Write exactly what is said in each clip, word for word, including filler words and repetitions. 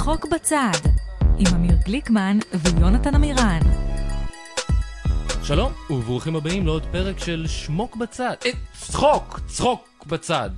צחוק בצד, עם אמיר גליקמן ויונתן אמירן. שלום, וברוכים הבאים לעוד פרק של שמוק בצד. אה, צחוק, צחוק בצד.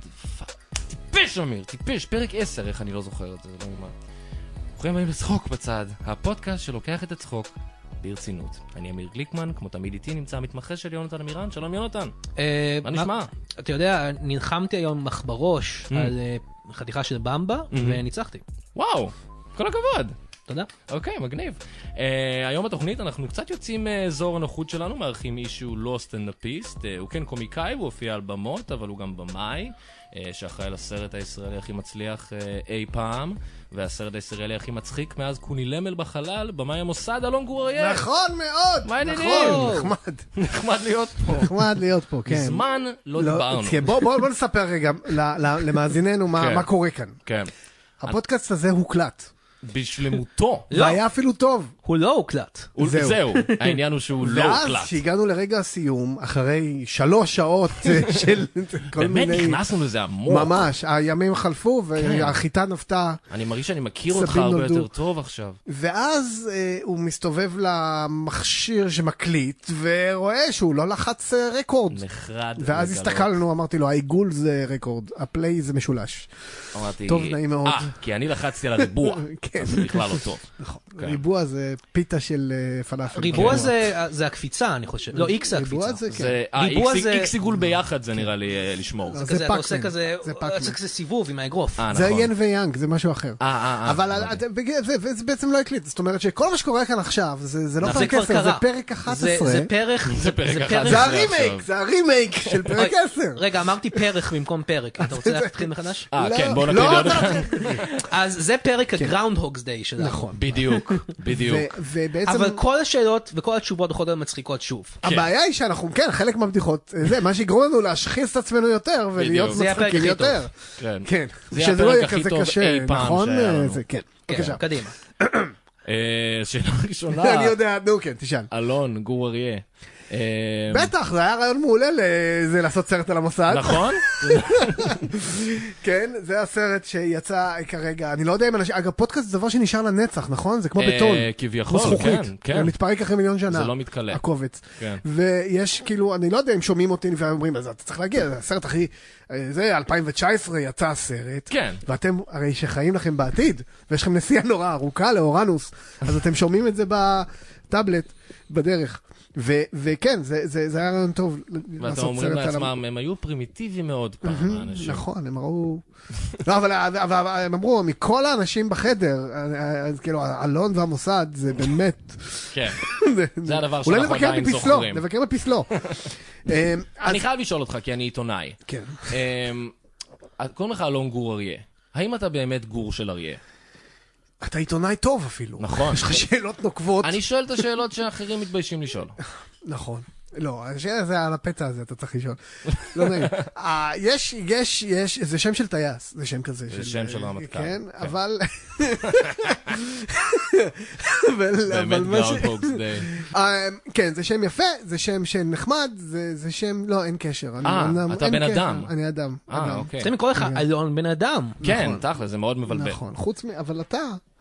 טיפש אמיר, טיפש, פרק עשר, איך אני לא זוכר את זה, לא נגמר. ברוכים הבאים לצחוק בצד, הפודקאסט שלוקח את הצחוק ברצינות. אני אמיר גליקמן, כמו תמיד איתי נמצא המתמחה של יונתן אמירן. שלום יונתן. מה נשמע? אתה יודע, נלחמתי היום מחברוש על חתיכה של במבה, וניצחתי. וואו, כל הכבוד. תודה. אוקיי, מגניב. Uh, היום בתוכנית אנחנו קצת יוצאים מאזור הנוחות שלנו, מארחים אישהו לא סטנדאפיסט. Uh, הוא כן קומיקאי, הוא הופיע על במות, אבל הוא גם במאי, uh, שאחראי לסרט הישראלי הכי מצליח uh, אי פעם, והסרט הישראלי הכי מצחיק מאז קוני למל בחלל, במאי המוסד אלון גור אריה. נכון מאוד. מה העניינים? נכון, נחמד. נחמד להיות פה. נחמד להיות פה, כן. זמן לא דיברנו. בוא בוא נספר רגע למאזיננו מה קורה כאן. כן. הפודקאסט הזה הוקלט. בשלמותו. והיה אפילו טוב. הוא לא הוקלט. זהו. זהו. העניין הוא שהוא לא הוקלט. ואז שהגענו לרגע הסיום, אחרי שלוש שעות של כל מיני... באמת נכנסנו לזה עמוק. ממש. הימים חלפו והחיטה נפתה. אני מרגיש שאני מכיר אותך הרבה יותר טוב עכשיו. ואז הוא מסתובב למכשיר שמקליט, ורואה שהוא לא לחץ רקורד. נחרד. ואז הסתכלנו, אמרתי לו, העיגול זה רקורד, הפליי זה משולש. אמרתי, טוב, נעים מאוד. אה, כי אני לחצתי על הריבוע. אז זה בכלל לא טוב. נכון. ריבוע זה פיתה של פלאפל. ריבוע זה הקפיצה, אני חושב. לא, איקס זה הקפיצה. ריבוע זה, כן. ריבוע זה... איקס עיגול ביחד זה נראה לי לשמור. זה כזה, אתה עושה כזה, זה סיבוב עם האגרוף. זה ין ויאנג, זה משהו אחר. אה, אה, אבל זה בעצם לא הקליט. זאת אומרת שכל מה שקורה כאן עכשיו, זה לא פרק עשר, זה פרק אחת עשרה. זה פרק... זה פרק אחת עשרה. זה הרימייק, זה הרימייק של פרק עשר. רגע, אמרתי פרק במקום פרק. אתה רוצה להתחיל מחדש? אה, כן, בואו נקליט עוד אחד. אז זה פרק הגראונדהוגס דיי שלנו. נכון. בדיוק, בדיוק. אבל כל השאלות וכל התשובות בכל זאת מצחיקות שוב. הבעיה היא שאנחנו, כן, חלק מהבדיחות, זה מה שיגרום לנו להשחיס את עצמנו יותר, ולהיות מצחיקים יותר. כן. זה הפרק הכי טוב אי פעם שהיה לנו. כן, בבקשה. קדימה. שאלה ראשונה. אני יודע, נו כן, תשאל. אלון, גור אריה. בטח, זה היה רעיון מעולה לזה לעשות סרט על המוסד. נכון? כן, זה הסרט שיצא כרגע, אני לא יודע אם אנשים, אגב, פודקאסט זה דבר שנשאר לנצח, נכון? זה כמו בטון. כביכול, כן, כן. זה מתפרק אחרי מיליון שנה. זה לא מתקלה. הקובץ. ויש כאילו, אני לא יודע אם שומעים אותי ואומרים, אז אתה צריך להגיע, זה הסרט הכי, זה אלפיים תשע עשרה יצא הסרט. כן. ואתם הרי שחיים לכם בעתיד, ויש לכם נסיעה נורא ארוכה לאורנוס, אז אתם שומעים את זה בטאבלט, בדרך. וכן, זה היה רעיון טוב. ואתם אומרים לעצמם, הם היו פרימיטיביים מאוד פעם, האנשים. נכון, הם ראו... לא, אבל הם אמרו, מכל האנשים בחדר, כאילו, אלון והמוסד, זה באמת... כן, זה הדבר שאנחנו עדיין זוכרים. אולי לבקר בפסלו. אני חייב לשאול אותך, כי אני עיתונאי. כן. קוראים לך אלון גור אריה. האם אתה באמת גור של אריה? אתה עיתונאי טוב אפילו. נכון. יש לך שאלות נוקבות. אני שואל את השאלות שאחרים מתביישים לשאול. נכון. לא, השאלה זה על הפצע הזה, אתה צריך לשאול. לא נעים. יש, יש, יש, זה שם של טייס, זה שם כזה. זה שם של רמטכ"ל. כן, אבל... באמת גראונדהוגס דיי. כן, זה שם יפה, זה שם שנחמד, זה שם, לא, אין קשר. אה, אתה בן אדם. אני אדם. אה, אוקיי. צריכים לקרוא לך אלון בן אדם. כן, תכל'ס, זה מאוד מבלבל. נכון, חוץ מ... אבל אתה...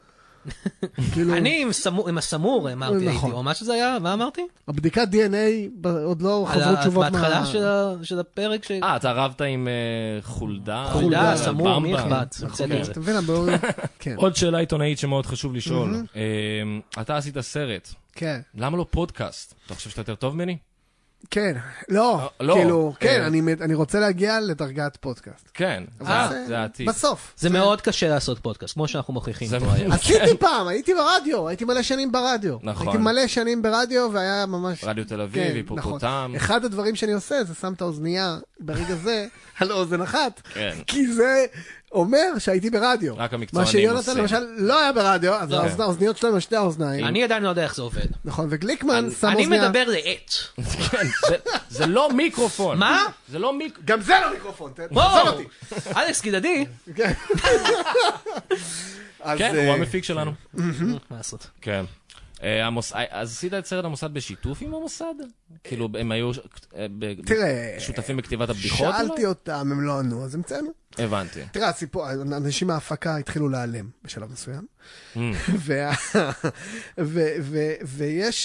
אני עם הסמור אמרתי, הייתי, או מה שזה היה, מה אמרתי? הבדיקת די אן איי עוד לא חזרו תשובות מה... בהתחלה של הפרק ש... אה, אתה רבת עם חולדה? חולדה, סמור, מי אכפת? אתה מבין, כן. עוד שאלה עיתונאית שמאוד חשוב לשאול. אתה עשית סרט. כן. למה לא פודקאסט? אתה חושב שאתה יותר טוב ממני? כן, לא, כאילו, כן, אני רוצה להגיע לדרגת פודקאסט. כן, זה העתיד. בסוף. זה מאוד קשה לעשות פודקאסט, כמו שאנחנו מוכיחים פה היום. עשיתי פעם, הייתי ברדיו, הייתי מלא שנים ברדיו. נכון. הייתי מלא שנים ברדיו, והיה ממש... רדיו תל אביב, היפופוטם. אחד הדברים שאני עושה, זה שם את האוזנייה ברגע זה, על האוזן אחת, כן. כי זה... אומר שהייתי ברדיו. רק המקצוענים עושים. מה שיונתן למשל לא היה ברדיו, אז האוזניות שלנו שתי האוזניים. אני עדיין לא יודע איך זה עובד. נכון, וגליקמן שם אני אוזניה... מדבר לעט. זה לא מיקרופון. מה? זה לא מיקרופון. גם זה לא מיקרופון, וואו! אלכס גלעדי. כן, הוא המפיק שלנו. מה לעשות? כן. אז עשית את סרט המוסד בשיתוף עם המוסד? כאילו, הם היו שותפים בכתיבת הבדיחות? שאלתי אותם, הם לא ענו, אז המצאנו. הבנתי. תראה, הסיפור, אנשים מההפקה התחילו להיעלם בשלב מסוים. ויש,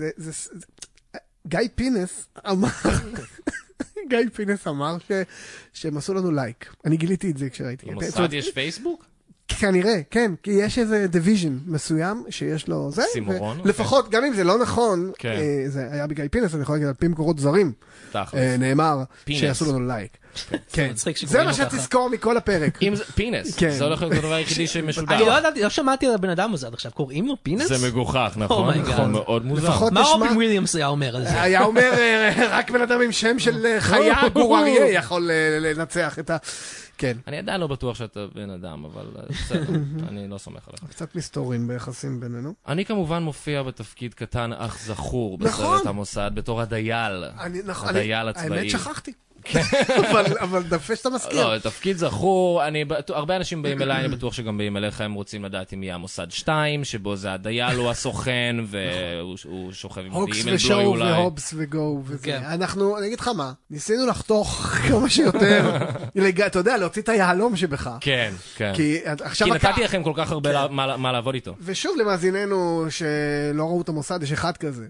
גיא פינס אמר, גיא פינס אמר שהם עשו לנו לייק. אני גיליתי את זה כשראיתי. למוסד יש פייסבוק? כנראה, כן, כי יש איזה דיוויז'ן מסוים שיש לו זה. סימורון? לפחות, גם אם זה לא נכון, זה היה בגיא פינס, אני יכול להגיד על פי מקורות זרים. נאמר שיעשו לנו לייק. כן, זה מה שתזכור מכל הפרק. פינס, זה הולך להיות הדבר היחידי שמשודר. אני לא ידעתי, לא שמעתי על הבן אדם הזה עד עכשיו, קוראים לו פינס? זה מגוחך, נכון? נכון, מאוד מוזר. מה רובין וויליאמס היה אומר על זה? היה אומר, רק בן אדם עם שם של חיה, גור אריה יכול לנצח את ה... כן. אני עדיין לא בטוח שאתה בן אדם, אבל בסדר, אני לא סומך עליך. קצת מסתורין ביחסים בינינו. אני כמובן מופיע בתפקיד קטן אך זכור בסרט המוסד, בתור הדייל. הדייל הצבאי. האמת שכחתי. אבל דפה שאתה מזכיר. לא, תפקיד זכור, הרבה אנשים באים אליי, אני בטוח שגם באים אליך, הם רוצים לדעת אם יהיה המוסד שתיים, שבו זה הדייל הוא הסוכן, והוא שוכב עם הוקס ושואו והובס וגו וזה. אנחנו, אני אגיד לך מה, ניסינו לחתוך כמה שיותר, אתה יודע, להוציא את היהלום שבך. כן, כן. כי נתתי לכם כל כך הרבה מה לעבוד איתו. ושוב למאזיננו שלא ראו את המוסד, יש אחד כזה.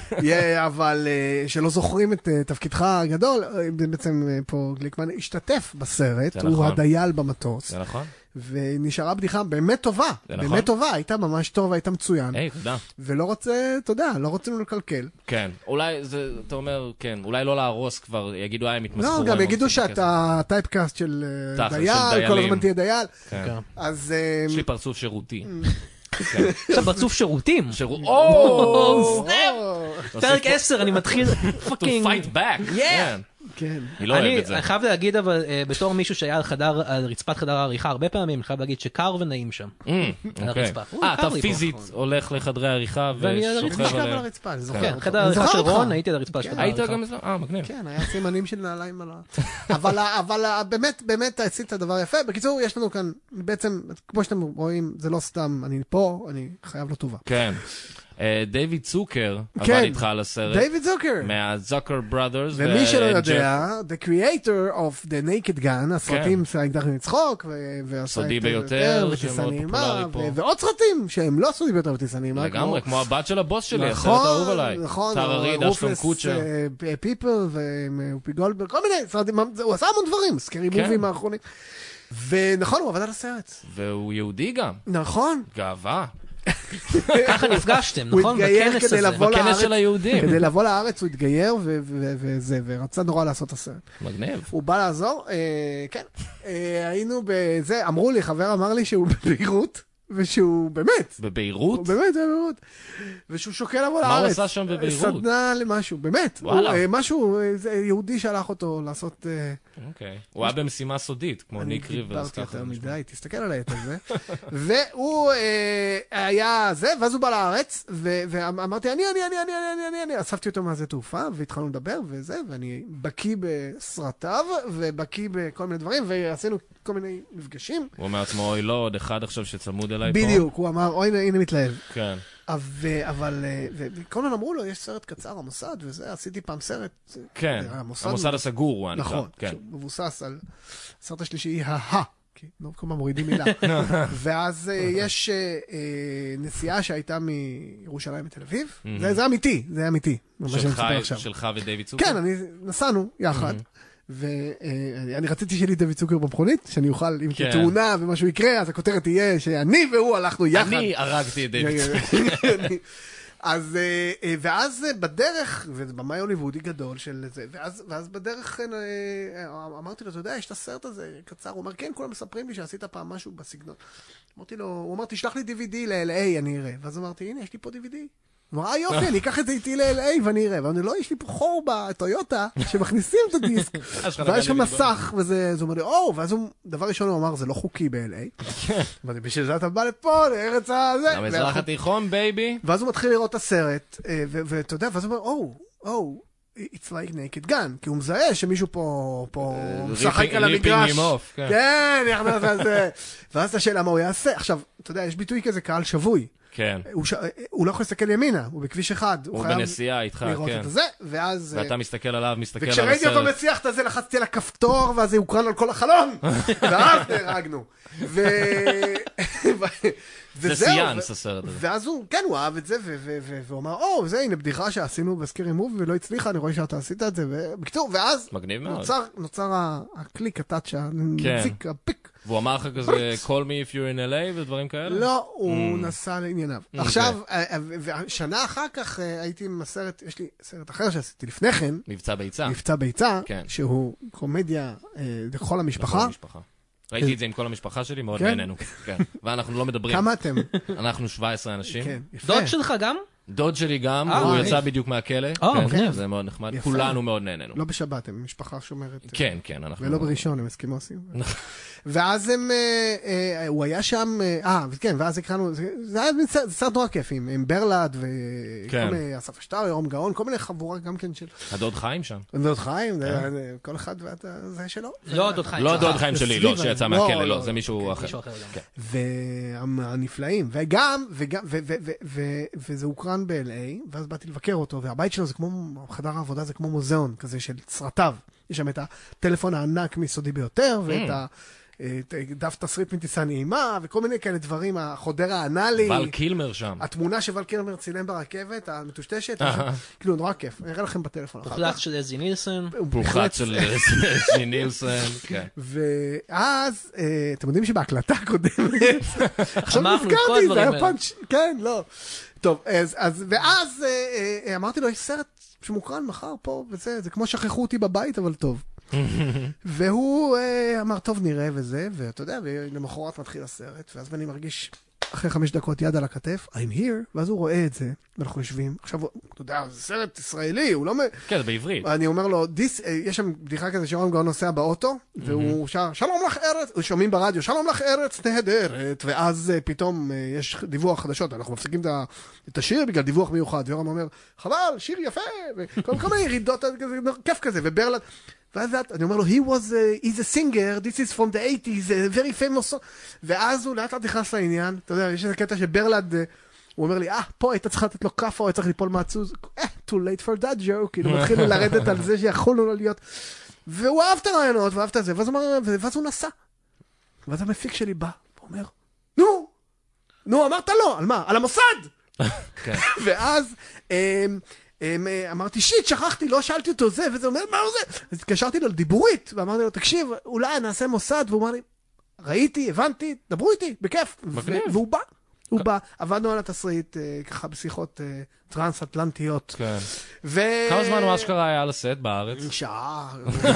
אבל שלא זוכרים את תפקידך הגדול, בעצם פה גליקמן השתתף בסרט, הוא הדייל במטוס. זה נכון. ונשארה בדיחה באמת טובה, באמת טובה, הייתה ממש טובה, הייתה מצוין. היי, תודה. ולא רוצה, אתה יודע, לא רוצים לקלקל. כן, אולי זה, אתה אומר, כן, אולי לא להרוס כבר, יגידו, הם התמסכו. לא, גם יגידו שאתה טייפקאסט של דייל, כל הזמן תהיה דייל. אז... יש לי פרצוף שירותי. יש לה פרצוף שירותים. או, סנאפ! פרק עשר, אני מתחיל פאקינג... To fight back. כן. כן. אני לא אוהב את זה. אני חייב להגיד, אבל בתור מישהו שהיה על חדר, על רצפת חדר העריכה הרבה פעמים, אני חייב להגיד שקר ונעים שם. אוקיי. אה, אתה פיזית הולך לחדרי העריכה ושוכב על הרצפה, אני זוכר. כן, חדר העריכה של רון, הייתי על הרצפה של חדר העריכה. היית גם אצלו? אה, מגניב. כן, היה סימנים של נעליים על ה... אבל באמת, באמת עשית דבר יפה. בקיצור, יש לנו כאן, בעצם, כמו שאתם רואים, זה לא סתם, אני פה, אני חייב לו טובה. כן. דיוויד צוקר עבד איתך על הסרט. דיוויד צוקר. מהזוקר בראדרס. ומי שלא יודע, the creator of the naked gun, הסרטים שהגדרנו לצחוק, סודי ביותר, וטיסה נעימה, ועוד סרטים שהם לא סודי ביותר וטיסה נעימה. לגמרי, כמו הבת של הבוס שלי, הסרט האהוב עליי. נכון, טרה ריד, אשטון קוצ'ר. פיפל ואופי גולדברג, כל מיני סרטים, הוא עשה המון דברים, סקרי מובים האחרונים. ונכון, הוא עבד על הסרט. והוא יהודי גם. נכון. גאווה. ככה נפגשתם, נכון? הוא התגייר כדי לבוא לארץ. בכנס של היהודים. כדי לבוא לארץ הוא התגייר וזה, ורצה נורא לעשות הסרט. מגניב. הוא בא לעזור, כן. היינו בזה, אמרו לי, חבר אמר לי שהוא בביירות, ושהוא באמת. בביירות? הוא באמת בביירות. ושהוא שוקל לבוא לארץ. מה הוא עשה שם בביירות? סדנה למשהו, באמת. משהו, יהודי שלח אותו לעשות... אוקיי. הוא היה במשימה סודית, כמו ניק ריברס. אני דיברתי יותר מדי, תסתכל עליי את זה. והוא היה זה, ואז הוא בא לארץ, ואמרתי, אני, אני, אני, אני, אני, אני, אני, אספתי אותו מהזה תעופה, והתחלנו לדבר, וזה, ואני בקיא בסרטיו, ובקיא בכל מיני דברים, ועשינו כל מיני מפגשים. הוא אומר עצמו, אוי לא, עוד אחד עכשיו שצמוד אליי פה. בדיוק, הוא אמר, אוי, הנה מתלהב. כן. אבל, וכל מיני אמרו לו, יש סרט קצר, המוסד, וזה, עשיתי פעם סרט. כן, המוסד הסגור הוא הנקרא. נכון, מבוסס על הסרט השלישי, הה, כי לא כל מה מורידים מילה. ואז יש נסיעה שהייתה מירושלים לתל אביב, זה אמיתי, זה אמיתי. שלך ודייוויד צוקר? כן, נסענו יחד. ואני רציתי שיהיה לי דייוויד צוקר במכונית, שאני אוכל, אם תאונה ומשהו יקרה, אז הכותרת תהיה שאני והוא הלכנו יחד. אני הרגתי את דייוויד צוקר. אז, ואז בדרך, ובמאי הוליוודי גדול של זה, ואז, ואז בדרך אמרתי לו, אתה יודע, יש את הסרט הזה קצר, הוא אומר, כן, כולם מספרים לי שעשית פעם משהו בסגנון. אמרתי לו, הוא אמר, תשלח לי די וי די ל-אל איי, אני אראה. ואז אמרתי, הנה, יש לי פה די וי די. הוא אמר, אה יופי, אני אקח את זה איתי ל-אל איי ואני אראה. ואני לא, יש לי פה חור בטויוטה שמכניסים את הדיסק. ואז יש שם מסך, וזה, הוא אומר לי, או, ואז הוא, דבר ראשון הוא אמר, זה לא חוקי ב-אל איי. ואני בשביל זה אתה בא לפה, לארץ הזה. למזרח התיכון, בייבי. ואז הוא מתחיל לראות את הסרט, ואתה יודע, ואז הוא אומר, או, או, it's like naked gun, כי הוא מזהה שמישהו פה, פה, משחק על המגרש. כן, נכנס לזה. ואז השאלה מה הוא יעשה. עכשיו, אתה יודע, יש ביטוי כזה קהל שבוי. כן. הוא, ש... הוא לא יכול להסתכל ימינה, הוא בכביש אחד. הוא בנסיעה איתך, לראות כן. את זה, ואז... ואתה מסתכל עליו, מסתכל על הסרט. וכשראיתי אותו מציח את זה, לחצתי על הכפתור, ואז זה הוקרן על כל החלון. ואז נהרגנו. ו... זה סיאנס הסרט הזה. ואז הוא, כן, הוא אהב את זה, והוא אמר, או, זה, הנה בדיחה שעשינו בסקרי מובי, ולא הצליחה, אני רואה שאתה עשית את זה, ובקצור, ואז נוצר הקליק, הטאצ' הנציק, הפיק. והוא אמר לך כזה, call me if you're in אל איי ודברים כאלה? לא, הוא נסע לענייניו. עכשיו, שנה אחר כך הייתי עם הסרט, יש לי סרט אחר שעשיתי לפני כן. מבצע ביצה. מבצע ביצה, שהוא קומדיה לכל המשפחה. ראיתי את זה עם כל המשפחה שלי, מאוד נהנינו. ואנחנו לא מדברים. כמה אתם? אנחנו שבעה עשרה אנשים. דוד שלך גם? דוד שלי גם, הוא יצא בדיוק מהכלא. כן, זה מאוד נחמד. כולנו מאוד נהנינו. לא בשבת, הם משפחה שומרת. כן, כן. ולא בראשון, הם אסקימוסים. ואז הם, הוא היה שם, אה, כן, ואז הקראנו, זה היה סרט נורא כיף, עם ברלד וכל מיני, אסף אשטר, ירום גאון, כל מיני חבורה גם כן של... הדוד חיים שם. הדוד חיים, כל אחד זה שלו. לא הדוד חיים. לא הדוד חיים שלי, לא, שיצא מהכלא, לא, זה מישהו אחר. והנפלאים, וגם, וזה הוקרן ב-אל איי, ואז באתי לבקר אותו, והבית שלו זה כמו, חדר העבודה זה כמו מוזיאון כזה של סרטיו. יש שם את הטלפון הענק מיסודי ביותר, ואת ה... דף תסריט מטיסה נעימה, וכל מיני כאלה דברים, החודר האנלי. ול קילמר שם. התמונה שוול קילמר צילם ברכבת, המטושטשת, כאילו נורא כיף, אני אראה לכם בטלפון. פוחלץ של אזי נילסון. פוחלץ של אזי נילסון, כן. ואז, אתם יודעים שבהקלטה הקודמת, עכשיו נזכרתי, זה היה פאנץ', כן, לא. טוב, אז, ואז אמרתי לו, יש סרט שמוקרן מחר פה, וזה, זה כמו שכחו אותי בבית, אבל טוב. והוא אמר, טוב, נראה וזה, ואתה יודע, ולמחרת מתחיל הסרט, ואז אני מרגיש אחרי חמש דקות יד על הכתף, I'm here, ואז הוא רואה את זה, ואנחנו יושבים, עכשיו, אתה יודע, זה סרט ישראלי, הוא לא... כן, זה בעברית. אני אומר לו, יש שם בדיחה כזה שרום גאון נוסע באוטו, והוא שר, שלום לך ארץ, הוא שומעים ברדיו, שלום לך ארץ נהדרת, ואז פתאום יש דיווח חדשות, אנחנו מפסיקים את השיר בגלל דיווח מיוחד, ויורם אומר, חבל, שיר יפה, וכל מיני ירידות, כיף כזה, וברלד, ואז אני אומר לו, he was a, he's a singer, this is from the eighties, a very famous song, ואז הוא לאט לאט נכנס לעניין, אתה יודע, יש איזה קטע שברלד, הוא אומר לי, אה, פה היית צריך לתת לו כפה, הוא היה צריך ליפול מעצוז, אה, too late for that joke, כאילו מתחילו לרדת על זה שיכולנו לו להיות, והוא אהב את הרעיונות, ואהב את זה, ואז הוא, ואז הוא נסע, ואז המפיק שלי בא, הוא אומר, נו, נו, אמרת לו, על מה? על המוסד! ואז, אמרתי, שיט, שכחתי, לא שאלתי אותו זה, וזה אומר, מה הוא זה? אז התקשרתי לו לדיבורית, ואמרתי לו, תקשיב, אולי נעשה מוסד, והוא אמר לי, ראיתי, הבנתי, דברו איתי, בכיף. והוא בא, הוא בא, עבדנו על התסריט, ככה בשיחות טרנס-אטלנטיות. כמה זמן הוא אשכרה היה על הסט בארץ? שעה.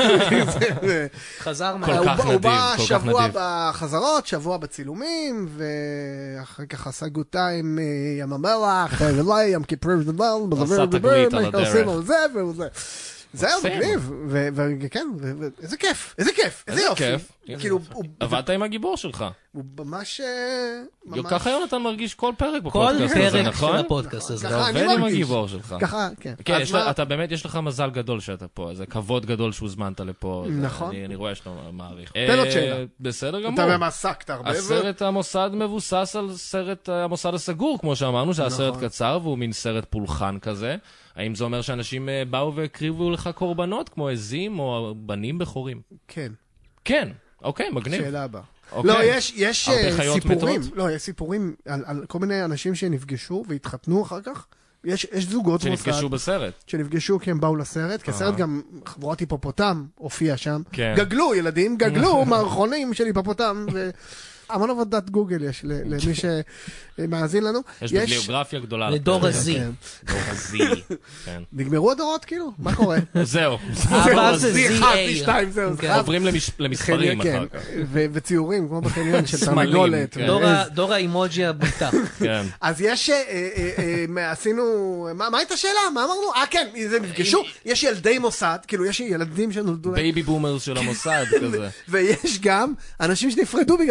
חזר מה... כל כך נדיב, הוא בא כל כך שבוע נדיב. בחזרות, שבוע בצילומים, ואחר כך עשה גוטה עם ים המלח, ולא ים כיפור ודל, עשה תגלית על הדרך. וזה וזה. זה היה מגניב, וכן, איזה כיף, איזה כיף, איזה יופי. כאילו, עבדת עם הגיבור שלך. הוא ממש... ככה יונתן מרגיש כל פרק כל בפודקאסט הזה, פרק נכון? של הפודקאסט הזה. ככה אני עובד עם מרגיש. הגיבור שלך. ככה, כן. כן, אתה באמת, יש לך מזל גדול שאתה פה, זה כבוד גדול שהוזמנת לפה. נכון. אני רואה שאתה מעריך. תן עוד שאלה. בסדר גמור. אתה במעסקת הרבה. הסרט המוסד מבוסס על סרט המוסד הסגור, כמו שאמרנו, שהיה סרט קצר, והוא מין סרט פולחן כזה. האם זה אומר שאנשים באו והקריבו לך קורבנות, כמו עזים או בנים בכורים? כן. כן, אוקיי, מגניב. שאלה הבאה. אוקיי. לא, יש, יש הרבה חיות סיפורים, מתות? לא, יש סיפורים על, על כל מיני אנשים שנפגשו והתחתנו אחר כך. יש, יש זוגות מוסד. שנפגשו בסרט. שנפגשו כי הם באו לסרט, כי הסרט גם חבורת היפופוטם הופיע שם. כן. גגלו, ילדים, גגלו מערכונים של היפופוטם. ו... המון עבודת גוגל יש למי שמאזין לנו. יש ביבליוגרפיה גדולה. לדור הזי. דור הזי, כן. נגמרו הדורות כאילו? מה קורה? זהו. הבא זה זי אחד, איי. שתיים, זהו. עוברים למספרים אחר כך. וציורים, כמו בחניון של תרנגולת. דור האימוג'י הבוטה. כן. אז יש, עשינו, מה הייתה השאלה? מה אמרנו? אה, כן, זה נפגשו. יש ילדי מוסד, כאילו יש ילדים שנולדו להם. בייבי בומרס של המוסד כזה. ויש גם אנשים שנפרדו בגלל הסרט.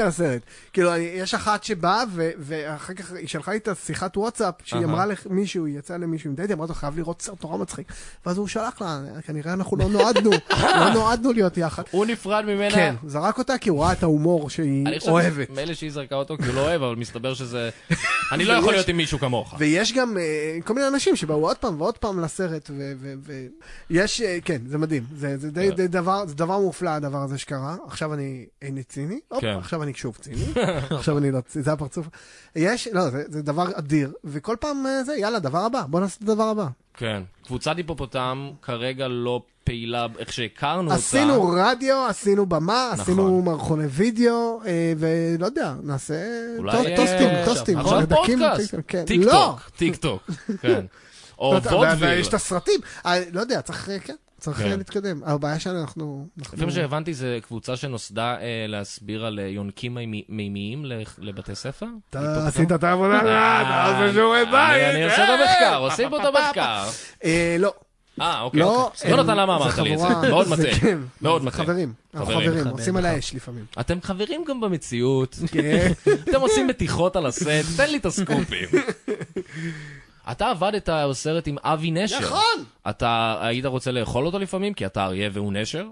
כאילו, יש אחת שבאה, ואחר כך היא שלחה לי את השיחת וואטסאפ, שהיא אמרה למישהו, היא יצאה למישהו עם דייטי, אמרה לו, חייב לראות סרט נורא מצחיק. ואז הוא שלח לה, כנראה אנחנו לא נועדנו, לא נועדנו להיות יחד. הוא נפרד ממנה. כן, זרק אותה כי הוא ראה את ההומור שהיא אוהבת. מילא שהיא זרקה אותו כי הוא לא אוהב, אבל מסתבר שזה... אני לא יכול להיות עם מישהו כמוך. ויש גם כל מיני אנשים שבאו עוד פעם ועוד פעם לסרט, ויש, כן, זה מדהים. זה די דבר, זה דבר מופלא, הדבר הזה שקרה. עכשיו אני איני ציני, עכשיו אני שוב ציני, עכשיו אני לא ציני, זה הפרצוף. יש, לא, זה דבר אדיר, וכל פעם זה, יאללה, דבר הבא, בוא נעשה את הדבר הבא. כן, קבוצת היפופוטם כרגע לא פעילה, איך שהכרנו אותה. עשינו רדיו, עשינו במה, עשינו מערכוני וידאו, ולא יודע, נעשה טוסטים, טוסטים. עכשיו פודקאסט, טיק טוק, טיק טוק, כן. או וודוויל. ויש את הסרטים, לא יודע, צריך, כן. צריך להתקדם. הבעיה שלנו, אנחנו... לפי מה שהבנתי, זו קבוצה שנוסדה להסביר על יונקים מימיים לבתי ספר? אתה עשית את העבודה, אתה עושה שיעורי בית. אני עושה את המחקר, עושים פה את המחקר. לא. אה, אוקיי. יונתן, למה אמרת לי את זה? מאוד מטה. מאוד מטה. חברים. חברים, עושים על האש לפעמים. אתם חברים גם במציאות. אתם עושים מתיחות על הסט, תן לי את הסקופים. אתה עבדת בסרט עם אבי נשר. נכון! אתה היית רוצה לאכול אותו לפעמים, כי אתה אריה והוא נשר?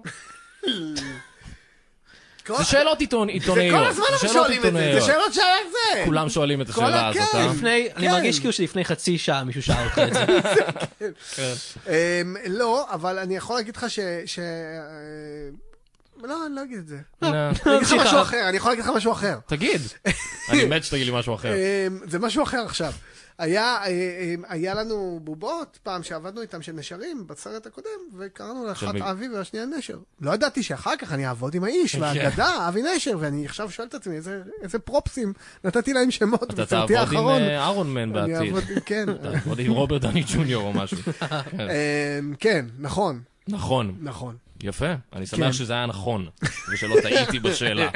זה שאלות עיתונאיות. זה כל הזמן אנחנו שואלים את זה, זה שאלות שאלה זה. כולם שואלים את השאלה הזאת. אני מרגיש כאילו שלפני חצי שעה מישהו שאל אותך את זה. לא, אבל אני יכול להגיד לך ש... לא, אני לא אגיד את זה. אני אגיד לך משהו אחר, אני יכול להגיד לך משהו אחר. תגיד. אני מת שתגיד לי משהו אחר. זה משהו אחר עכשיו. היה, היה לנו בובות פעם שעבדנו איתם של נשרים בסרט הקודם, וקראנו לאחת אבי והשנייה נשר. לא ידעתי שאחר כך אני אעבוד עם האיש והאגדה, אבי נשר, ואני עכשיו שואל את עצמי איזה פרופסים נתתי להם שמות בסרטי האחרון. אתה תעבוד עם איירון מן בעתיד. כן. אתה תעבוד עם רוברט דני ג'וניור או משהו. כן, נכון. נכון. נכון. יפה, אני שמח שזה היה נכון, ושלא טעיתי בשאלה.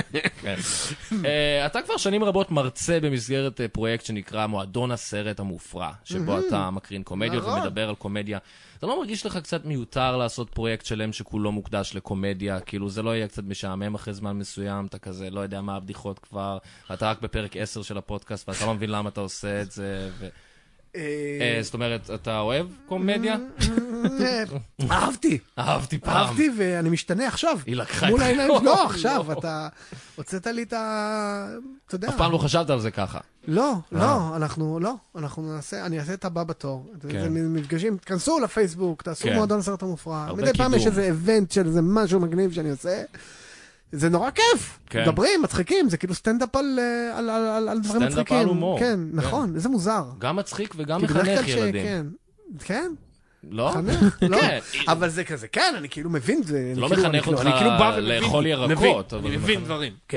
אתה כבר שנים רבות מרצה במסגרת פרויקט שנקרא מועדון הסרט המופרע, שבו אתה מקרין קומדיות ומדבר על קומדיה. אתה לא מרגיש לך קצת מיותר לעשות פרויקט שלם שכולו מוקדש לקומדיה? כאילו זה לא יהיה קצת משעמם אחרי זמן מסוים, אתה כזה לא יודע מה הבדיחות כבר, אתה רק בפרק עשר של הפודקאסט ואתה לא מבין למה אתה עושה את זה ו... זאת אומרת, אתה אוהב קומדיה? אהבתי. אהבתי פעם. אהבתי ואני משתנה עכשיו. היא לקחה מול העיניים, לא, עכשיו, אתה הוצאת לי את ה... אתה יודע. אף פעם לא חשבת על זה ככה. לא, לא, אנחנו לא. אנחנו נעשה, אני אעשה את הבא בתור. זה מפגשים, תכנסו לפייסבוק, תעשו מועדון הסרט המופרע. מדי פעם יש איזה איבנט של איזה משהו מגניב שאני עושה. זה נורא כיף, מדברים, מצחיקים, זה כאילו סטנדאפ על דברים מצחיקים. סטנדאפ על הומור. כן, נכון, איזה מוזר. גם מצחיק וגם מחנך ילדים. כן. לא? חנך, לא. אבל זה כזה, כן, אני כאילו מבין, זה לא מחנך אותך לאכול ירקות. אני מבין דברים. כן.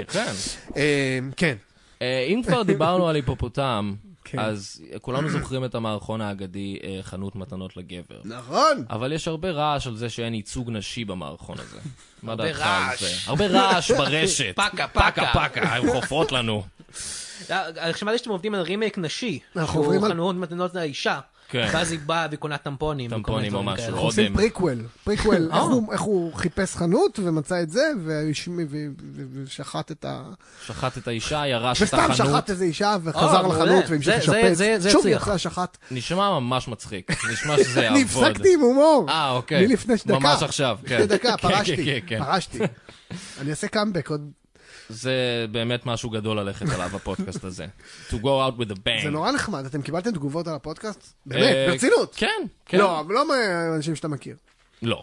כן. אם כבר דיברנו על היפופוטם, אז כולנו זוכרים את המערכון האגדי חנות מתנות לגבר. נכון. אבל יש הרבה רעש על זה שאין ייצוג נשי במערכון הזה. הרבה רעש. הרבה רעש ברשת. פקה, פקה, פקה. הן חופרות לנו. שמעתי שאתם עובדים על רימייק נשי. אנחנו עוברים על חנות מתנות לאישה. ואז היא באה וקונה טמפונים. טמפונים או משהו. אנחנו עושים פריקוול. פריקוול, איך הוא חיפש חנות ומצא את זה, ושחט את ה... שחט את האישה, ירש את החנות. וסתם שחט איזה אישה וחזר לחנות והמשיך לשפץ. שוב יצא השחט. נשמע ממש מצחיק. נשמע שזה יעבוד. נפסקתי עם הומור. אה, אוקיי. מלפני דקה. ממש עכשיו, כן. לפני דקה, פרשתי. פרשתי. אני אעשה קאמבק עוד... זה באמת משהו גדול ללכת עליו, הפודקאסט הזה. To go out with a bang. זה נורא נחמד. אתם קיבלתם תגובות על הפודקאסט? באמת, ברצינות. כן, כן. לא, אבל לא מאנשים שאתה מכיר. לא.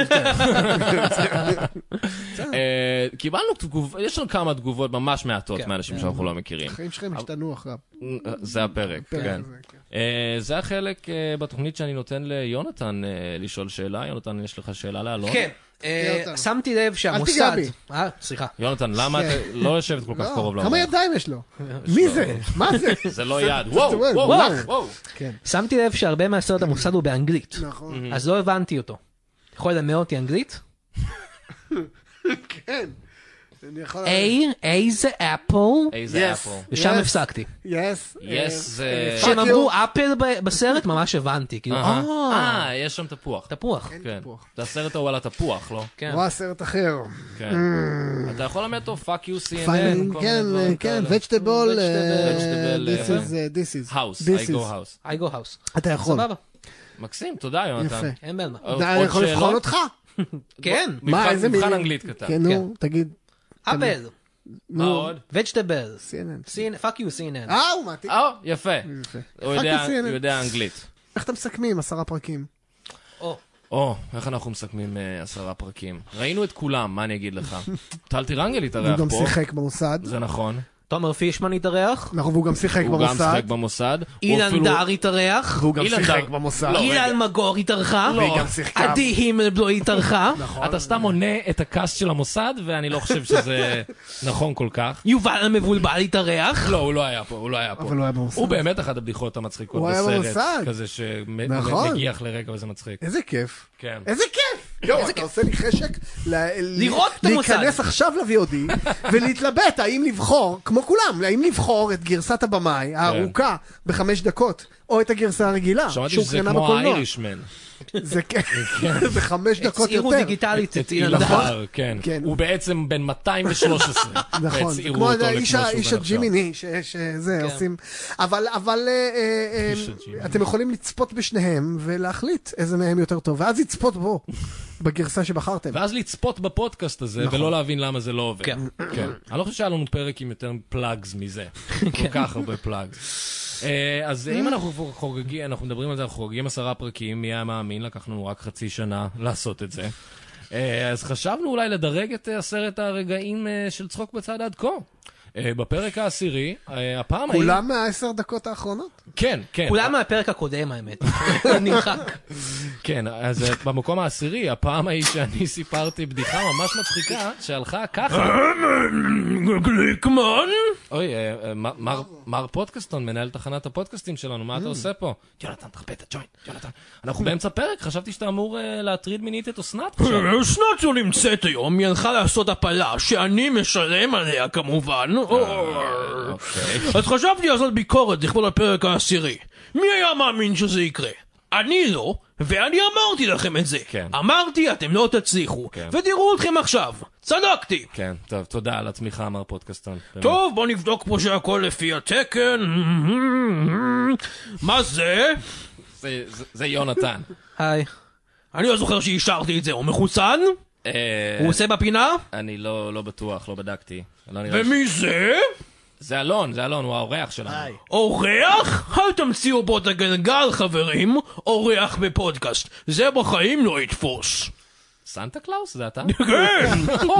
קיבלנו תגובות, יש לנו כמה תגובות ממש מעטות מאנשים שאנחנו לא מכירים. החיים שלכם השתנו אחריו. זה הפרק, כן. זה החלק בתוכנית שאני נותן ליונתן לשאול שאלה. יונתן, יש לך שאלה לאלון? כן. שמתי לב שהמוסד... אה, סליחה. יונתן, למה אתה לא לשבת כל כך קרוב לאלון? כמה ידיים יש לו? מי זה? מה זה? זה לא יד. וואו, וואו, וואו. שמתי לב שהרבה מהסרט המוסד הוא באנגלית. נכון. אז לא הבנתי אותו. יכול לדמה אותי אנגלית? כן. איי, איזה אפל. איזה אפל. ושם הפסקתי. יס. יס זה... כשהם אמרו אפל בסרט, ממש הבנתי. אה, יש שם תפוח. תפוח. כן. זה הסרט ההוא על התפוח, לא? או הסרט אחר. כן. אתה יכול ללמד אותו, fuck you סי אן אן. כן, כן, vegetable. This is. House, I go house. I go house. אתה יכול. סבבה. מקסים, תודה יונתן. אין בעיה. אתה יכול לבחון אותך? כן. מה, איזה מבחן אנגלית כתב. כן, נו, תגיד. אפל. מה עוד? vegetable. סי אן אן. fuck you סי אן אן. אה, הוא מעתיק. אה, יפה. הוא יודע אנגלית. איך אתה מסכמים עשרה פרקים? או. או, איך אנחנו מסכמים עשרה פרקים? ראינו את כולם, מה אני אגיד לך? טל טירנגל התארח פה. הוא גם שיחק במוסד. זה נכון. תומר פישמן התארח. נכון, והוא גם שיחק במוסד. הוא גם שיחק במוסד. אילן דר התארח. והוא גם שיחק במוסד. אילן מגור התארחה. והיא גם שיחקה. עדי הימלבלו התארחה. אתה סתם עונה את הקאסט של המוסד, ואני לא חושב שזה נכון כל כך. יובל המבולבל התארח. לא, הוא לא היה פה, הוא לא היה פה. אבל הוא היה במוסד. הוא באמת אחת הבדיחות המצחיקות הוא היה בסרט. במוסד. כזה שמגיח לרגע וזה מצחיק. איזה כיף. כן. איזה כיף! יואו, אתה עושה לי חשק לראות את המוסד. להיכנס עכשיו ל-וי או די ולהתלבט האם לבחור, כמו כולם, האם לבחור את גרסת הבמאי הארוכה בחמש דקות, או את הגרסה הרגילה שמעתי שזה כמו האירישמן. זה חמש דקות יותר. הצעירו דיגיטלית את אילן דר. כן. הוא בעצם בין מאתיים ושלוש עשרה. נכון, כמו איש הג'ימיני שזה עושים. אבל אתם יכולים לצפות בשניהם ולהחליט איזה מהם יותר טוב, ואז לצפות בו בגרסה שבחרתם. ואז לצפות בפודקאסט הזה ולא להבין למה זה לא עובד. כן. אני לא חושב שהיה לנו פרק עם יותר פלאגס מזה. כל כך הרבה פלאגס. אז אם אנחנו חוגגים, אנחנו מדברים על זה, אנחנו חוגגים עשרה פרקים, מי היה מאמין, לקחנו לנו רק חצי שנה לעשות את זה. אז חשבנו אולי לדרג את עשרת הרגעים של צחוק בצד עד כה. בפרק העשירי, הפעם... כולם מהעשר דקות האחרונות? כן, כן. כולם מהפרק הקודם, האמת. נמחק. כן, אז במקום העשירי, הפעם ההיא שאני סיפרתי בדיחה ממש מצחיקה, שהלכה ככה. גליקמן? אוי, מר פודקאסטון, מנהל תחנת הפודקאסטים שלנו, מה אתה עושה פה? יונתן, תחפה את הג'וינט, יונתן. אנחנו באמצע פרק, חשבתי שאתה אמור להטריד מינית את אסנת. אסנת לא נמצאת היום, היא הלכה לעשות הפלה, שאני משלם עליה כמובן. אז חשבתי לעשות ביקורת לכבוד הפרק העשירי. מי היה מאמין שזה יקרה? אני לא, ואני אמרתי לכם את זה. אמרתי, אתם לא תצליחו. ותראו אתכם עכשיו. צדקתי. כן, טוב, תודה על התמיכה, אמר פודקאסטון. טוב, בוא נבדוק פה שהכל לפי התקן. מה זה? זה יונתן. היי. אני לא זוכר שאישרתי את זה. הוא מחוסן? הוא עושה בפינה? אני לא בטוח, לא בדקתי. ומי זה? זה אלון, זה אלון, הוא האורח שלנו. אורח? אל תמציאו פה את הגלגל, חברים. אורח בפודקאסט. זה בחיים לא יתפוס. סנטה קלאוס? זה אתה? כן!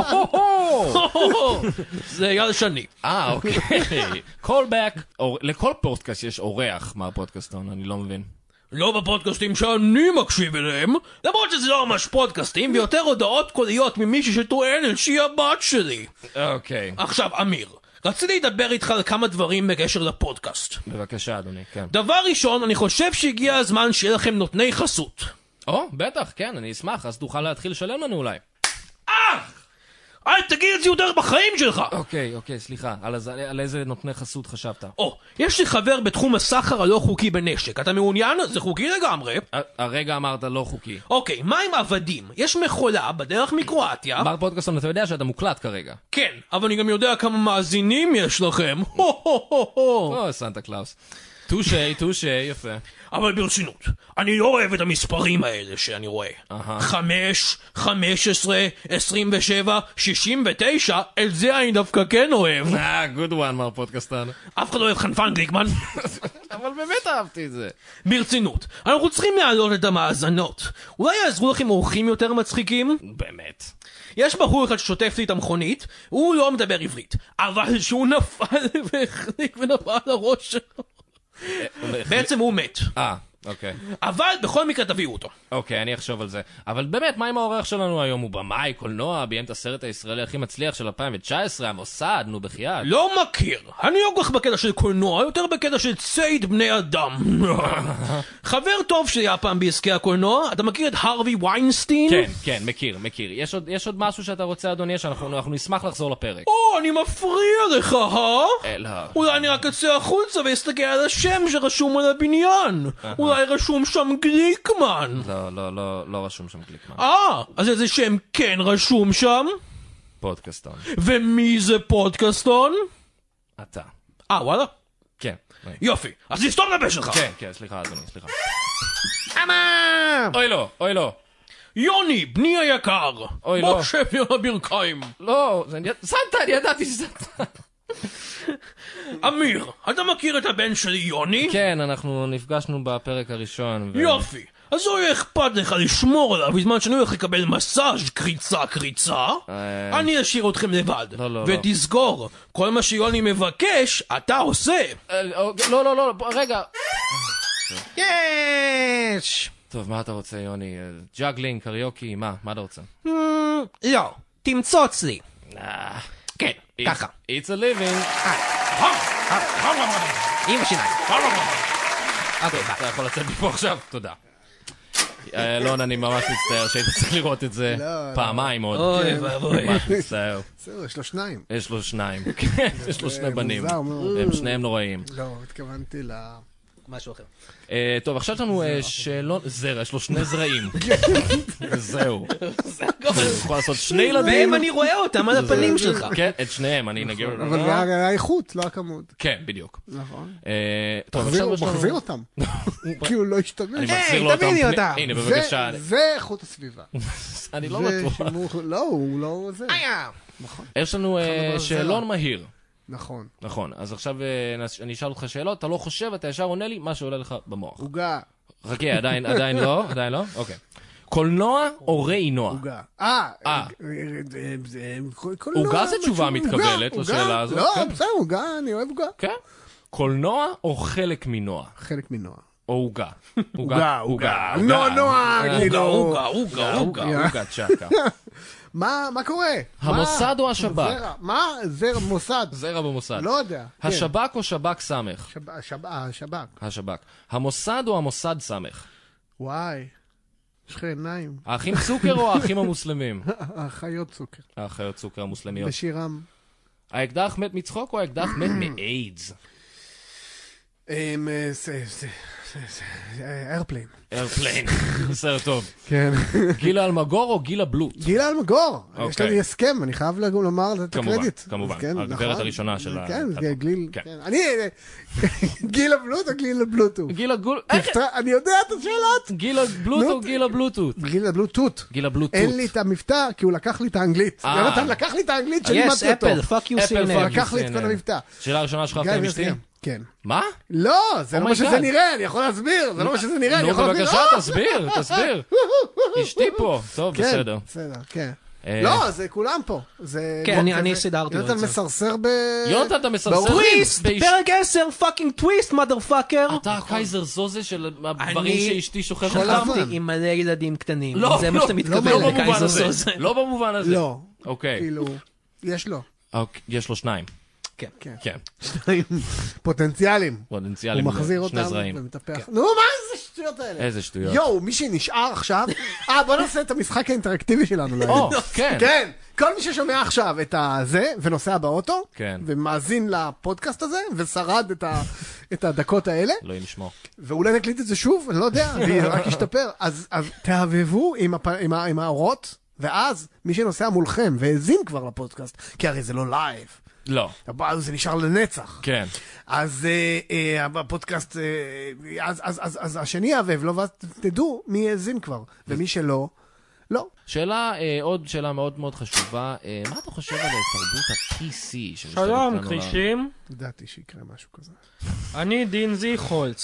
זה אייל שני. אה, אוקיי. קולבק. לכל פודקאסט יש אורח מהפודקאסטון, אני לא מבין. לא בפודקאסטים שאני מקשיב אליהם, למרות שזה לא ממש פודקאסטים, ויותר הודעות קוליות ממישהי שטוענת שהיא הבת שלי. אוקיי. עכשיו, אמיר, רציתי לדבר איתך על כמה דברים בקשר לפודקאסט. בבקשה, אדוני, כן. דבר ראשון, אני חושב שהגיע הזמן שיהיה לכם נותני חסות. או, בטח, כן, אני אשמח, אז תוכל להתחיל לשלם לנו אולי. אה! אל תגיד את זה יותר בחיים שלך! אוקיי, אוקיי, סליחה, על, על, על איזה נותני חסות חשבת? או, יש לי חבר בתחום הסחר הלא חוקי בנשק, אתה מעוניין? זה חוקי לגמרי. הרגע אמרת לא חוקי. אוקיי, מה עם עבדים? יש מכולה בדרך מקרואטיה. מר פודקאסטון, אתה יודע שאתה מוקלט כרגע. כן, אבל אני גם יודע כמה מאזינים יש לכם. הו הו הו הו. או, סנטה קלאוס. טושי, טושי, יפה. אבל ברצינות, אני לא אוהב את המספרים האלה שאני רואה. חמש, חמש עשרה, עשרים ושבע, שישים ותשע, את זה אני דווקא כן אוהב. אה, גוד וואן, מר פודקאסטן. אף אחד לא אוהב חנפן גליקמן. אבל באמת אהבתי את זה. ברצינות, אנחנו צריכים להעלות את המאזנות. אולי יעזרו לכם אורחים יותר מצחיקים? באמת. יש בחור אחד ששוטף לי את המכונית, הוא לא מדבר עברית, אבל שהוא נפל והחליק ונפל על הראש שלו. בעצם הוא מת. אה, אוקיי. אבל בכל מקרה תביאו אותו. אוקיי, אני אחשוב על זה. אבל באמת, מה עם האורח שלנו היום? הוא במאי, קולנוע, ביים את הסרט הישראלי הכי מצליח של אלפיים תשע עשרה, המוסד, נו בחייאת. לא מכיר. אני לא כל כך בקטע של קולנוע, יותר בקטע של ציד בני אדם. חבר טוב שלי היה פעם בעסקי הקולנוע, אתה מכיר את הרווי ויינסטיין? כן, כן, מכיר, מכיר. יש עוד, יש עוד משהו שאתה רוצה, אדוני, שאנחנו אנחנו נשמח לחזור לפרק. או, אני מפריע לך, אה? אה, לא. אולי אני רק אצא החוצה ואסתכל על השם שרשום על הבניין. אולי רשום שם גליקמן. לא, לא, לא, לא רשום שם גליקמן. אה, אז איזה שם כן רשום שם? פודקאסטון. ומי זה פודקאסטון? אתה. אה, וואלה? כן. יופי, אז תסתום לפה שלך. כן, כן, סליחה, אדוני, סליחה. אמה! אוי לא, אוי לא. יוני, בני היקר. אוי, לא. בוא שב לי על הברכיים. לא, זה... סנטה, אני ידעתי שסנטה. אמיר, אתה מכיר את הבן שלי יוני? כן, אנחנו נפגשנו בפרק הראשון. ו... יופי. אז הוא יהיה אכפת לך לשמור עליו בזמן שאני הולך לקבל מסאז' קריצה קריצה. אה... אני אשאיר אתכם לבד. לא, לא, ותזכור, כל מה שיוני מבקש, אתה עושה. אה, לא, לא, לא, רגע. יש! טוב, מה אתה רוצה, יוני? ג'אגלינג, קריוקי, מה? מה אתה רוצה? לא, תמצוץ לי. אה... כן, ככה. It's a living. עם השיניים. אוקיי, אתה יכול לצאת מפה עכשיו? תודה. אלון, אני ממש מצטער שהיית צריך לראות את זה פעמיים עוד. אוי ואבוי. ממש מצטער. בסדר, יש לו שניים. יש לו שניים. יש לו שני בנים. מוזר מאוד. הם שניהם נוראים. לא, התכוונתי ל... משהו אחר. אה, טוב, עכשיו יש לנו אה, שאלון... זרע, יש לו שני זרעים. וזהו. הוא יכול לעשות שני ילדים. והם אני רואה אותם על הפנים שלך. כן, את שניהם, אני נגיד... אבל זה היה האיכות, לא הכמות. כן, בדיוק. נכון. אה, טוב, מחזיר- עכשיו הוא יש לנו... מחזיר אותם. כי הוא לא אני השתמש. מחזיר לו אותם. תביני פני- אותם. הנה, זה- בבקשה. זה איכות הסביבה. אני לא זה בטוח. שימור- לא, הוא לא זה. היה. נכון. יש לנו אה, אחד בזרע. שאלון מהיר. נכון. נכון, אז עכשיו אה, נס- אני אשאל אותך שאלות, אתה לא חושב, אתה ישר עונה לי מה שעולה לך במוח. עוגה. חכה, עדיין, עדיין לא, עדיין לא? אוקיי. קולנוע או ראינוע? עוגה. אה. אה. זה... עוגה זה תשובה מתקבלת לשאלה הזאת, לא, כן. בסדר, עוגה, אני אוהב עוגה. כן. קולנוע או חלק מנוע? חלק מנוע. או עוגה? עוגה, עוגה. נו, נוע, כאילו. עוגה, עוגה, עוגה. עוגה צ'קה. מה מה קורה? המוסד מה? או השב"כ? זרע. מה? זרע מוסד. זרע במוסד. לא יודע. כן. השב"כ או שב"כ סמך? שב- השב- השב"כ. השב"כ. המוסד או המוסד סמך? וואי. יש לך עיניים. האחים צוקר או האחים המוסלמים? החיות צוקר. האחיות צוקר המוסלמיות. בשירם. האקדח מת מצחוק או האקדח מת מאיידס? אמ, זה, זה, זה, זה, איירפליין. איירפליין. סרט טוב. כן. גילה אלמגור או גילה בלוט? גילה אלמגור. יש אוקיי. לנו הסכם, אני חייב לגם לומר את כמובן, הקרדיט. כמובן. אז כן, הגברת נכון. הראשונה של ה- כן, ה- זה גיל... כן. כן. אני... גילה בלוט או גילה בלוטו? גילה גול... איך? תפתח- אני יודע את השאלות. גילה בלוט נו, או גילה בלוטות? גילה בלוטות. גילה בלוטות. אין לי את המבטא, כי הוא לקח לי את האנגלית. אה. יונתן לקח לי את האנגלית יש שלימדתי אותו. אפל, פאק יו אפל, סי אן fuck אן. you. לקח לי את כל C N N. המבטא. שאלה ראשונה שלך גיא, אחרי יש אשתי? לי- כן. מה? לא, זה Oh לא my מה שזה God. נראה, אני יכול להסביר, זה לא מה שזה נראה, אני נו יכול להסביר. בבקשה, אה! תסביר, תסביר. אשתי פה. טוב, כן, בסדר. בסדר, כן. אה, לא, זה כולם פה. זה... כן, בוא, אני- כזה- אני סידרתי לו את יונתן זה. מסרסר ב... יונתן, אתה מסרסר ברור. טוויסט! באש- פרק עשר, פאקינג טוויסט, מother פאקר! אתה הקייזר זוזה של הדברים אני- שאשתי שוכחת כל לך? הזמן. חשבתי עם מלא ילדים קטנים. לא, זה מה לא, שאתה לא מתכוון במובן לקייזר הזה. סוזה. לא במובן הזה. לא. אוקיי. כאילו, יש לו. אוקיי, יש לו שניים. כן. כן. כן. פוטנציאלים. פוטנציאלים. הוא מחזיר שני אותם זרעים. ומטפח. נו, מה זה השטויות האלה? איזה שטויות. יואו, מי שנשאר עכשיו... אה, בוא נעשה את המשחק האינטראקטיבי שלנו. להיום. או, כן. כן, כל מי ששומע עכשיו את הזה, ונוסע באוטו, כן. ומאזין לפודקאסט הזה, ושרד את, ה, את הדקות האלה, אלוהים ישמור. ואולי נקליט את זה שוב, אני לא יודע, זה רק ישתפר. אז, אז תהבבו עם, הפ, עם, ה, עם האורות, ואז מי שנוסע מולכם והאזין כבר לפודקאסט, כי הרי זה לא לייב, לא. זה נשאר לנצח. כן. אז אה, אה, הפודקאסט, אה, אז, אז, אז, אז השני יהבב לו, ואז תדעו מי האזין כבר, ומי שלא, לא. שאלה, אה, עוד שאלה מאוד מאוד חשובה, אה, מה אתה חושב על תרבות ה-פי סי? שמשתלטת שלום, לנו על- כרישים. ידעתי שיקרה משהו כזה. אני דין זיכולץ,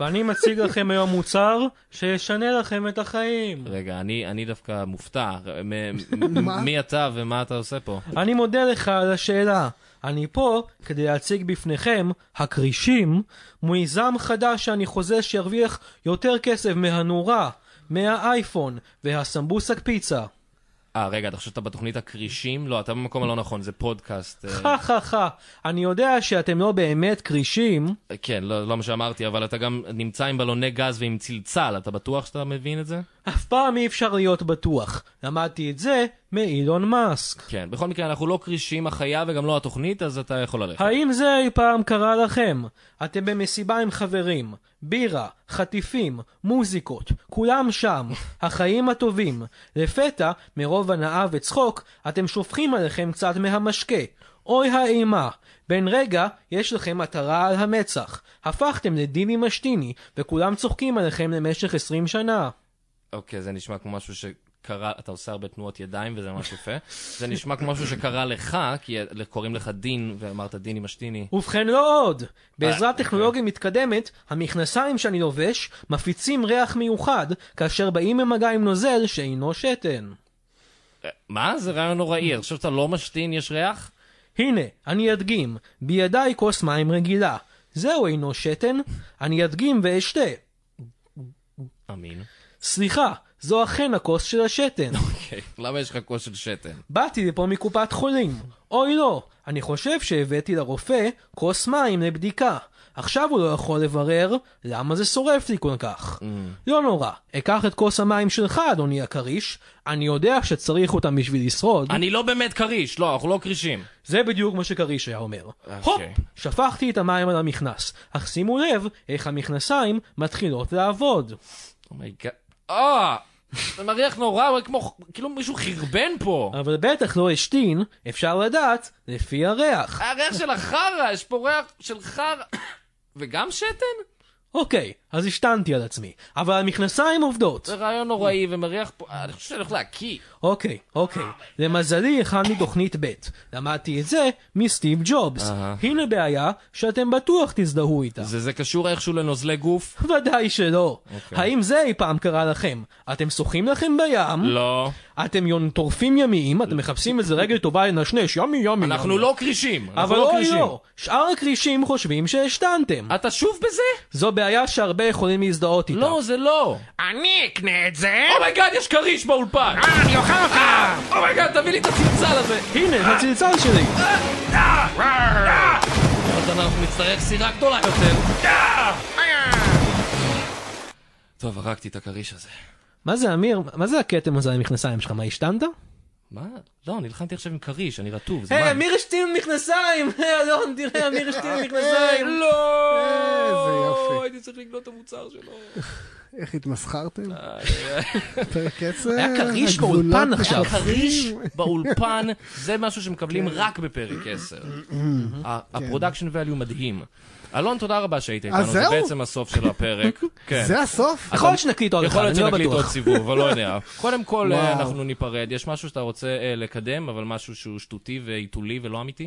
ואני מציג לכם היום מוצר שישנה לכם את החיים. רגע, אני, אני דווקא מופתע. מ- מי אתה ומה אתה עושה פה? אני מודה לך על השאלה. אני פה כדי להציג בפניכם, הקרישים, מיזם חדש שאני חוזה שירוויח יותר כסף מהנורה, מהאייפון והסמבוסק פיצה. אה, רגע, אתה חושב שאתה בתוכנית הקרישים? לא, אתה במקום הלא נכון, זה פודקאסט. חה חה חה, אני יודע שאתם לא באמת קרישים. כן, לא, לא מה שאמרתי, אבל אתה גם נמצא עם בלוני גז ועם צלצל, אתה בטוח שאתה מבין את זה? אף פעם אי אפשר להיות בטוח. למדתי את זה מאילון מאסק. כן, בכל מקרה אנחנו לא קרישים החיה וגם לא התוכנית, אז אתה יכול ללכת. האם זה אי פעם קרה לכם? אתם במסיבה עם חברים, בירה, חטיפים, מוזיקות, כולם שם, החיים הטובים. לפתע, מרוב הנאה וצחוק, אתם שופכים עליכם קצת מהמשקה. אוי האימה. בין רגע, יש לכם מטרה על המצח. הפכתם לדיני משתיני, וכולם צוחקים עליכם למשך עשרים שנה. אוקיי, זה נשמע כמו משהו שקרה, אתה עושה הרבה תנועות ידיים וזה ממש יפה. זה נשמע כמו משהו שקרה לך, כי קוראים לך דין, ואמרת דיני משתיני. ובכן לא עוד. בעזרת טכנולוגיה מתקדמת, המכנסיים שאני לובש מפיצים ריח מיוחד, כאשר באים במגע עם נוזל שאינו שתן. מה? זה רעיון נוראי. אני חושב שאתה לא משתין, יש ריח? הנה, אני אדגים. בידיי כוס מים רגילה. זהו אינו שתן. אני אדגים ואשתה. אמין. סליחה, זו אכן הכוס של השתן. אוקיי, למה יש לך כוס של שתן? באתי לפה מקופת חולים. אוי לא, אני חושב שהבאתי לרופא כוס מים לבדיקה. עכשיו הוא לא יכול לברר למה זה שורף לי כל כך. Mm. לא נורא, אקח את כוס המים שלך, אדוני הקריש. אני יודע שצריך אותם בשביל לשרוד. אני לא באמת קריש, לא, אנחנו לא קרישים. זה בדיוק מה שקריש היה אומר. Okay. הופ, שפכתי את המים על המכנס. אך שימו לב איך המכנסיים מתחילות לעבוד. אומייגאד. אה, זה מריח נורא, כמו, כאילו מישהו חרבן פה. אבל בטח לא השתין, אפשר לדעת, לפי הריח. הריח של החרה, יש פה ריח של חרה. וגם שתן? אוקיי, אז השתנתי על עצמי, אבל המכנסיים עובדות. זה רעיון נוראי ומריח פה, אני חושב שאני הולך להקיא. אוקיי, אוקיי. למזלי הכנתי תוכנית ב'. למדתי את זה מסטיב ג'ובס. הנה בעיה שאתם בטוח תזדהו איתה. זה זה קשור איכשהו לנוזלי גוף? ודאי שלא. האם זה אי פעם קרה לכם? אתם שוחים לכם בים? לא. אתם טורפים ימיים, אתם מחפשים איזה רגל טובה לנשנש, ימי ימי. אנחנו לא קרישים. אבל אוי לא, שאר הקרישים חושבים שהשתנתם. אתה שוב בזה? זו בעיה שהרבה יכולים להזדהות איתה. לא, זה לא. אני אקנה את זה. אומייגאד, יש קריש באולפן. אני אוכל אותה. אומייגאד, תביא לי את הצלצל הזה. הנה, הצלצל שלי. אז אנחנו נצטרך סירה גדולה יותר. טוב, הרגתי את הקריש הזה. מה זה, אמיר? מה זה הכתם הזה המכנסיים שלך? מה, השתנת? מה? לא, נלחמתי עכשיו עם קריש, אני רטוב, זה היי, מה? אמיר השתין מכנסיים! אלון, תראה, אמיר השתין מכנסיים! לא! איזה יופי. הייתי צריך לקנות את המוצר שלו. איך התמסחרתם? פרק עשר. היה קריש באולפן עכשיו. קריש באולפן, זה משהו שמקבלים רק בפרק עשר. הפרודקשן ואליו מדהים. אלון, תודה רבה שהיית איתנו, זה בעצם הסוף של הפרק. זה הסוף? יכול להיות שנקליט עוד אחד, יכול להיות אני לא שנקליט עוד בטוח. סיבוב, אבל לא יודע. קודם כל אנחנו ניפרד, יש משהו שאתה רוצה לקדם, אבל משהו שהוא שטותי ועיתולי ולא אמיתי?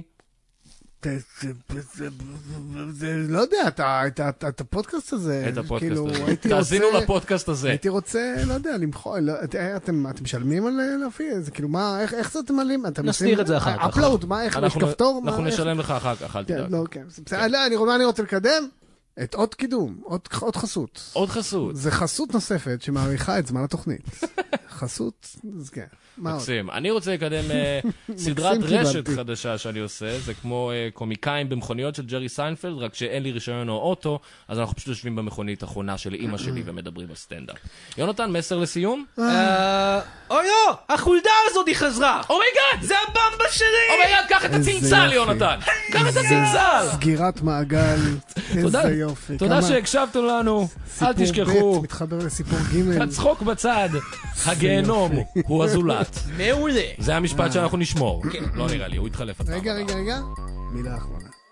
זה לא יודע, את הפודקאסט הזה, את הפודקאסט הזה. תאזינו לפודקאסט הזה. הייתי רוצה, לא יודע, למחוא, אתם משלמים על להפעיל? זה כאילו, מה, איך זה אתם מעלים? נסתיר את זה אחר כך. אפלוד, מה, איך, יש כפתור? אנחנו נשלם לך אחר כך, אל תדאג. לא, כן. אני רוצה לקדם את עוד קידום, עוד חסות. עוד חסות. זה חסות נוספת שמעריכה את זמן התוכנית. חסות, אז כן. מקסים. אני רוצה לקדם סדרת רשת חדשה שאני עושה, זה כמו קומיקאים במכוניות של ג'רי סיינפלד, רק שאין לי רישיון או אוטו, אז אנחנו פשוט יושבים במכונית האחרונה של אמא שלי ומדברים על סטנדאפ. יונתן, מסר לסיום? אוי לא, החולדה הזאת היא חזרה! אומייגאד! זה הבמבה שלי! אומייגאד, קח את הצלצל, יונתן! קח את הצלצל! סגירת מעגל, איזה יופי. תודה שהקשבתם לנו, אל תשכחו. סיפור ב' מתחבר לסיפור ג'. הצחוק בצד, הגיהנום הוא הזולת. מעולה. זה המשפט שאנחנו נשמור. לא נראה לי, הוא יתחלף. רגע, רגע, רגע. מילה אחרונה.